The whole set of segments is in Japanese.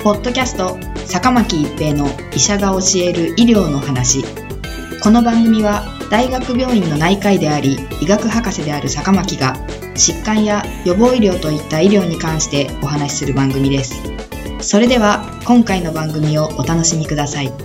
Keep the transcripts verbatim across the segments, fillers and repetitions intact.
ポッドキャスト坂巻一平の医者が教える医療の話。この番組は大学病院の内科医であり医学博士である坂巻が疾患や予防医療といった医療に関してお話しする番組です。それでは今回の番組をお楽しみください。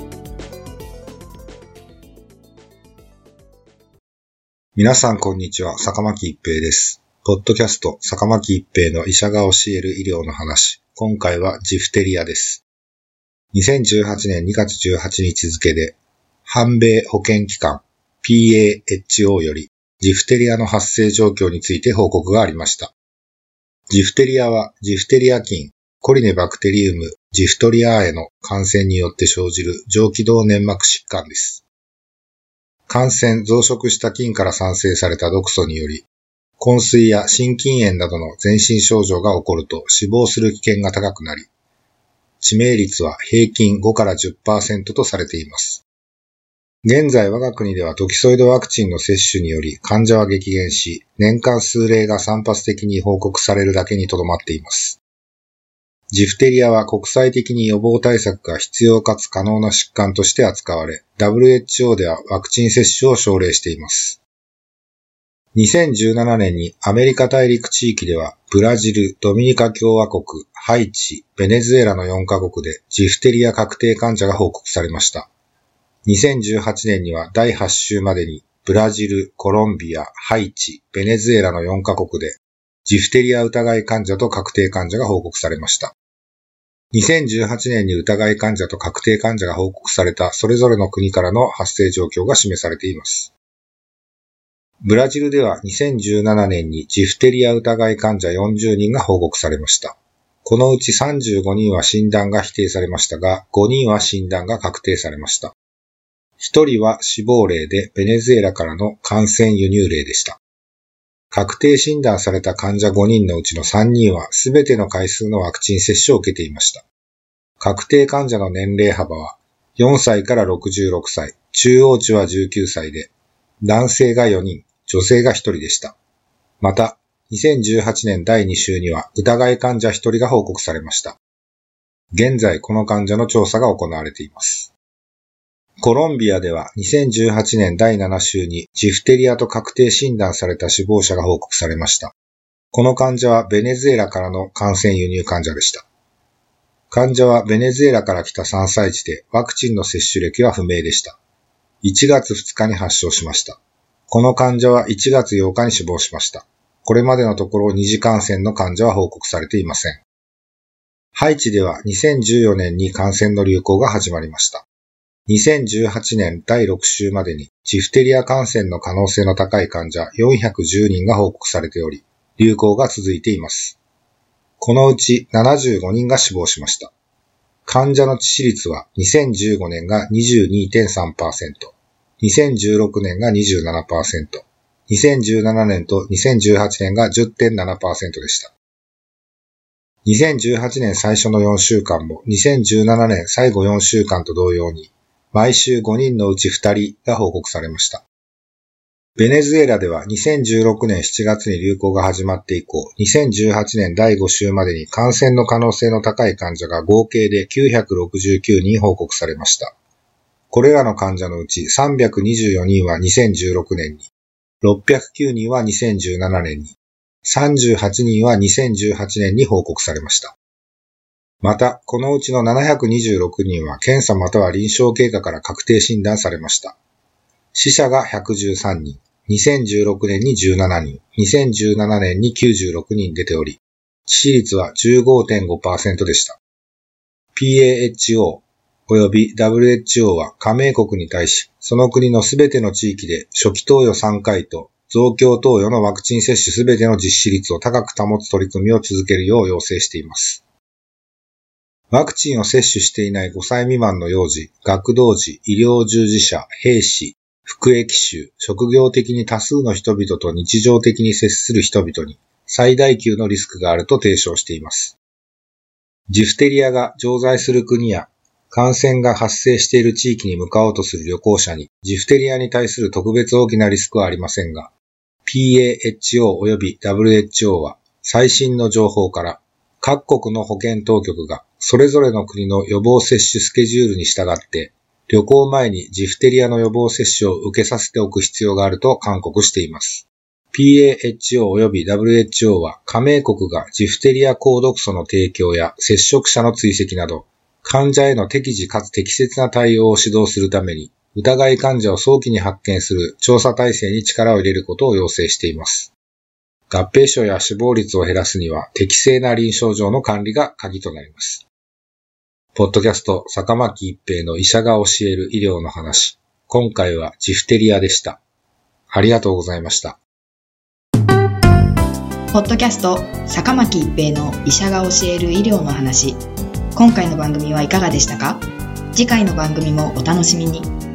皆さんこんにちは、坂巻一平です。ポッドキャスト坂巻一平の医者が教える医療の話。今回はジフテリアです。にせんじゅうはちねんにがつじゅうはちにち付で、反米保健機関 ピーエーエイチオー よりジフテリアの発生状況について報告がありました。ジフテリアはジフテリア菌、コリネバクテリウム、ジフトリアーへの感染によって生じる上気道粘膜疾患です。感染・増殖した菌から産生された毒素により、昏睡や心筋炎などの全身症状が起こると死亡する危険が高くなり、致命率は平均ごからじゅっパーセント とされています。現在我が国ではトキソイドワクチンの接種により患者は激減し、年間数例が散発的に報告されるだけにとどまっています。ジフテリアは国際的に予防対策が必要かつ可能な疾患として扱われ、ダブリューエイチオー ではワクチン接種を奨励しています。にせんじゅうななねんにアメリカ大陸地域では、ブラジル、ドミニカ共和国、ハイチ、ベネズエラのよんカ国でジフテリア確定患者が報告されました。にせんじゅうはちねんにはだいはち週までにブラジル、コロンビア、ハイチ、ベネズエラのよんカ国でジフテリア疑い患者と確定患者が報告されました。にせんじゅうはちねんに疑い患者と確定患者が報告されたそれぞれの国からの発生状況が示されています。ブラジルではにせんじゅうななねんにジフテリア疑い患者よんじゅうにんが報告されました。このうちさんじゅうごにんは診断が否定されましたが、ごにんは診断が確定されました。ひとりは死亡例でベネズエラからの感染輸入例でした。確定診断された患者ごにんのうちのさんにんはすべての回数のワクチン接種を受けていました。確定患者の年齢幅はよんさいからろくじゅうろくさい、中央値はじゅうきゅうさいで、男性がよにん、女性がひとりでした。また、にせんじゅうはちねんだいに週には疑い患者ひとりが報告されました。現在この患者の調査が行われています。コロンビアではにせんじゅうはちねんだいなな週にジフテリアと確定診断された死亡者が報告されました。この患者はベネズエラからの感染輸入患者でした。患者はベネズエラから来たさんさい児でワクチンの接種歴は不明でした。いちがつふつかに発症しました。この患者はいちがつようかに死亡しました。これまでのところ二次感染の患者は報告されていません。ハイチではにせんじゅうよねんに感染の流行が始まりました。にせんじゅうはちねんだいろく週までにジフテリア感染の可能性の高い患者よんひゃくじゅうにんが報告されており、流行が続いています。このうちななじゅうごにんが死亡しました。患者の致死率はにせんじゅうごねんが にじゅうにてんさんパーセント、にせんじゅうろくねんが にじゅうななパーセント、にせんじゅうななねんとにせんじゅうはちねんが じゅってんななパーセント でした。にせんじゅうはちねん最初のよん週間もにせんじゅうななねん最後よん週間と同様に、毎週ごにんのうちふたりが報告されました。ベネズエラではにせんじゅうろくねんしちがつに流行が始まって以降、にせんじゅうはちねんだいご週までに感染の可能性の高い患者が合計できゅうひゃくろくじゅうきゅうにん報告されました。これらの患者のうちさんびゃくにじゅうよにんはにせんじゅうろくねんに、ろっぴゃくきゅうにんはにせんじゅうななねんに、さんじゅうはちにんはにせんじゅうはちねんに報告されました。また、このうちのななひゃくにじゅうろくにんは検査または臨床経過から確定診断されました。死者がひゃくじゅうさんにん、にせんじゅうろくねんにじゅうななにん、にせんじゅうななねんにきゅうじゅうろくにん出ており、致死率は じゅうごてんごパーセント でした。ピーエーエイチオー および ダブリューエイチオー は加盟国に対し、その国のすべての地域で初期投与さんかいと増強投与のワクチン接種すべての実施率を高く保つ取り組みを続けるよう要請しています。ワクチンを接種していないごさい未満の幼児、学童児、医療従事者、兵士、服役囚、職業的に多数の人々と日常的に接する人々に最大級のリスクがあると提唱しています。ジフテリアが常在する国や感染が発生している地域に向かおうとする旅行者にジフテリアに対する特別大きなリスクはありませんが、ピーエーエイチオー および ダブリューエイチオー は最新の情報から各国の保健当局がそれぞれの国の予防接種スケジュールに従って旅行前にジフテリアの予防接種を受けさせておく必要があると勧告しています。ピーエーエイチオー および ダブリューエイチオー は加盟国がジフテリア抗毒素の提供や接触者の追跡など患者への適時かつ適切な対応を指導するために疑い患者を早期に発見する調査体制に力を入れることを要請しています。合併症や死亡率を減らすには適正な臨床上の管理が鍵となります。ポッドキャスト坂巻一平の医者が教える医療の話。今回はジフテリアでした。ありがとうございました。 ポッドキャスト坂巻一平の医者が教える医療の話。今回の番組はいかがでしたか？次回の番組もお楽しみに。